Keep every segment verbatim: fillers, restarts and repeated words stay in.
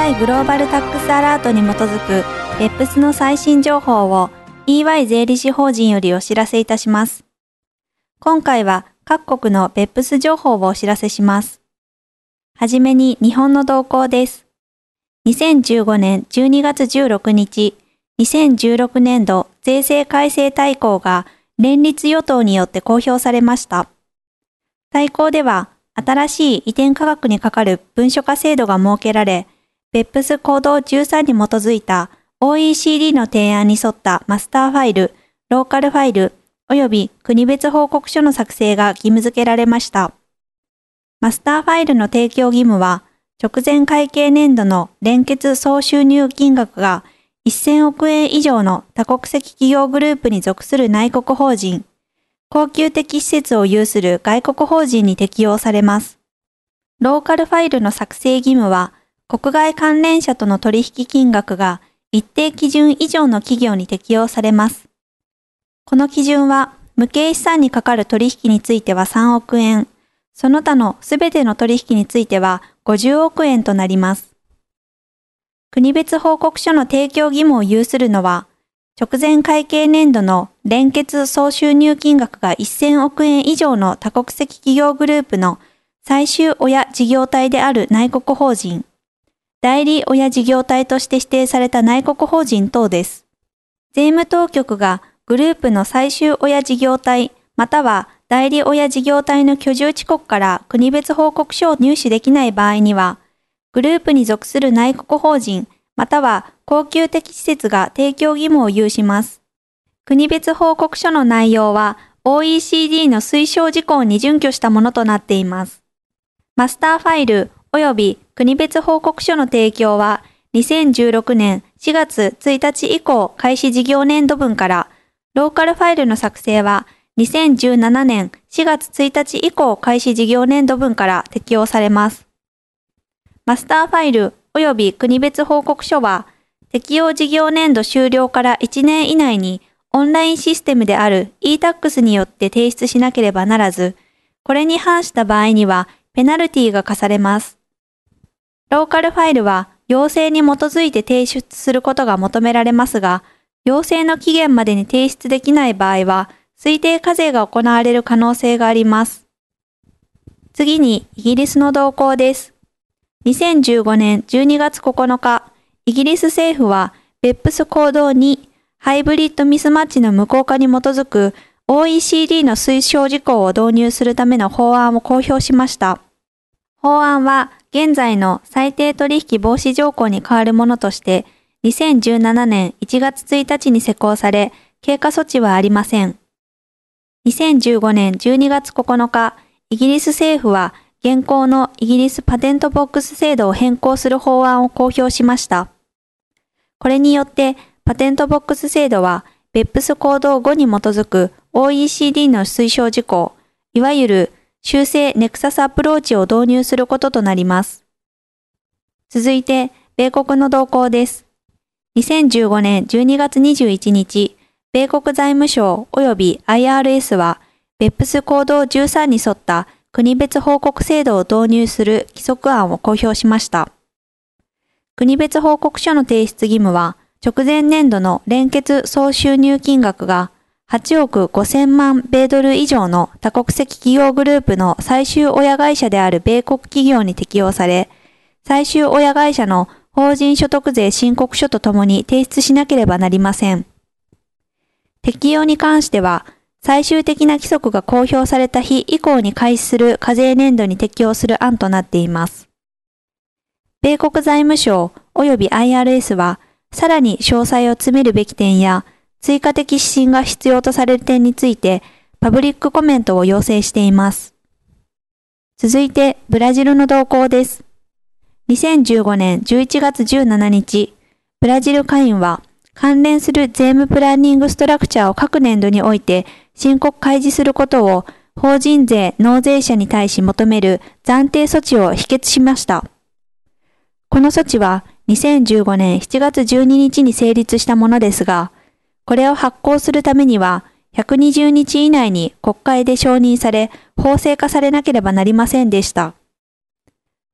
イーワイ グローバルタックスアラートに基づくベップスの最新情報を イーワイ 税理士法人よりお知らせいたします。今回は各国のベップス情報をお知らせします。はじめに日本の動向です。にせんじゅうごねんじゅうにがつじゅうろくにち、にせんじゅうろくねんど税制改正大綱が連立与党によって公表されました。大綱では、新しい移転価格にかかる文書化制度が設けられ、ベップス 行動じゅうさんに基づいた オーイーシーディー の提案に沿ったマスターファイル、ローカルファイル、及び国別報告書の作成が義務付けられました。マスターファイルの提供義務は、直前会計年度の連結総収入金額がせんおくえん以上の多国籍企業グループに属する内国法人、恒久的施設を有する外国法人に適用されます。ローカルファイルの作成義務は、国外関連者との取引金額が一定基準以上の企業に適用されます。この基準は、無形資産にかかる取引についてはさんおくえん、その他のすべての取引についてはごじゅうおくえんとなります。国別報告書の提供義務を有するのは、直前会計年度の連結総収入金額がせんおくえん以上の多国籍企業グループの最終親事業体である内国法人、代理親事業体として指定された内国法人等です。税務当局がグループの最終親事業体または代理親事業体の居住地国から国別報告書を入手できない場合には、グループに属する内国法人または恒久的施設が提供義務を有します。国別報告書の内容は オーイーシーディー の推奨事項に準拠したものとなっています。マスターファイル及び国別報告書の提供はにせんじゅうろくねんしがつついたち以降開始事業年度分から、ローカルファイルの作成はにせんじゅうななねんしがつついたち以降開始事業年度分から適用されます。マスターファイル及び国別報告書は、適用事業年度終了からいちねん以内にオンラインシステムである イータックス によって提出しなければならず、これに反した場合にはペナルティが課されます。ローカルファイルは要請に基づいて提出することが求められますが、要請の期限までに提出できない場合は、推定課税が行われる可能性があります。次にイギリスの動向です。にせんじゅうごねんじゅうにがつここのか、イギリス政府はベップス 行動にハイブリッドミスマッチの無効化に基づく オーイーシーディー の推奨事項を導入するための法案を公表しました。法案は現在の最低取引防止条項に代わるものとしてにせんじゅうななねんいちがつついたちに施行され、経過措置はありません。にせんじゅうごねんじゅうにがつここのか、イギリス政府は現行のイギリスパテントボックス制度を変更する法案を公表しました。これによってパテントボックス制度はベップス 行動ごに基づく オーイーシーディー の推奨事項、いわゆる修正ネクサスアプローチを導入することとなります。続いて、米国の動向です。にせんじゅうごねんじゅうにがつにじゅういちにち、米国財務省及び アイアールエス はベップス 行動じゅうさんに沿った国別報告制度を導入する規則案を公表しました。国別報告書の提出義務は、直前年度の連結総収入金額がはちおくごせんまん米ドル以上の多国籍企業グループの最終親会社である米国企業に適用され、最終親会社の法人所得税申告書とともに提出しなければなりません。適用に関しては、最終的な規則が公表された日以降に開始する課税年度に適用する案となっています。米国財務省及び アイアールエス は、さらに詳細を詰めるべき点や、追加的指針が必要とされる点について、パブリックコメントを要請しています。続いて、ブラジルの動向です。にせんじゅうごねんじゅういちがつじゅうしちにち、ブラジル下院は、関連する税務プランニングストラクチャーを各年度において申告開示することを法人税納税者に対し求める暫定措置を否決しました。この措置はにせんじゅうごねんしちがつじゅうににちに成立したものですが、これを発行するためにはひゃくにじゅうにち以内に国会で承認され法制化されなければなりませんでした。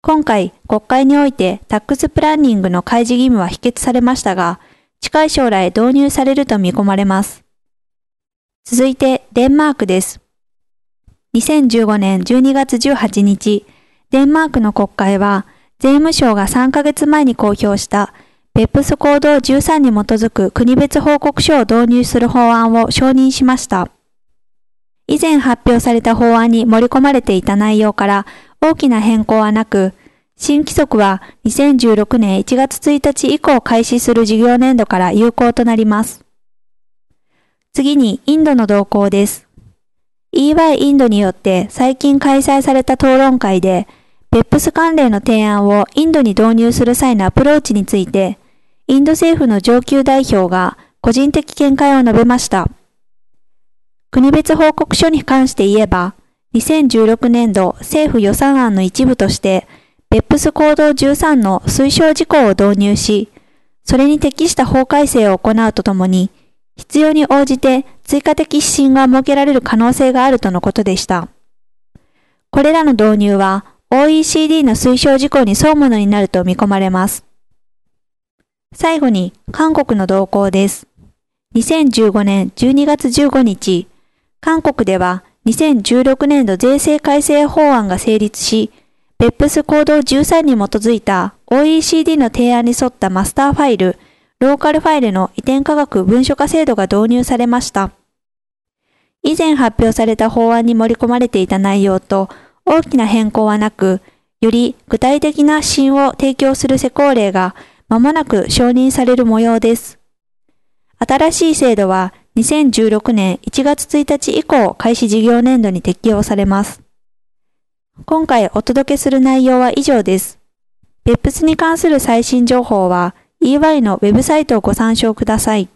今回、国会においてタックスプランニングの開示義務は否決されましたが、近い将来導入されると見込まれます。続いて、デンマークです。にせんじゅうごねんじゅうにがつじゅうはちにち、デンマークの国会は、税務省がさんかげつまえに公表したベップス行動じゅうさんに基づく国別報告書を導入する法案を承認しました。以前発表された法案に盛り込まれていた内容から大きな変更はなく、新規則はにせんじゅうろくねんいちがつついたち以降開始する事業年度から有効となります。次にインドの動向です。イーワイ インドによって最近開催された討論会で、ベップス 関連の提案をインドに導入する際のアプローチについて、インド政府の上級代表が個人的見解を述べました。国別報告書に関して言えば、にせんじゅうろくねんど政府予算案の一部として、ベップス 行動じゅうさんの推奨事項を導入し、それに適した法改正を行うとともに、必要に応じて追加的指針が設けられる可能性があるとのことでした。これらの導入は オーイーシーディー の推奨事項に沿うものになると見込まれます。最後に韓国の動向です。にせんじゅうごねんじゅうにがつじゅうごにち、韓国ではにせんじゅうろくねんど税制改正法案が成立し、ベップス 行動じゅうさんに基づいた オーイーシーディー の提案に沿ったマスターファイル、ローカルファイルの移転科学文書化制度が導入されました。以前発表された法案に盛り込まれていた内容と大きな変更はなく、より具体的な指針を提供する施行令が間もなく承認される模様です。新しい制度はにせんじゅうろくねんいちがつついたち以降開始事業年度に適用されます。今回お届けする内容は以上です。ベップス に関する最新情報は イーワイ のウェブサイトをご参照ください。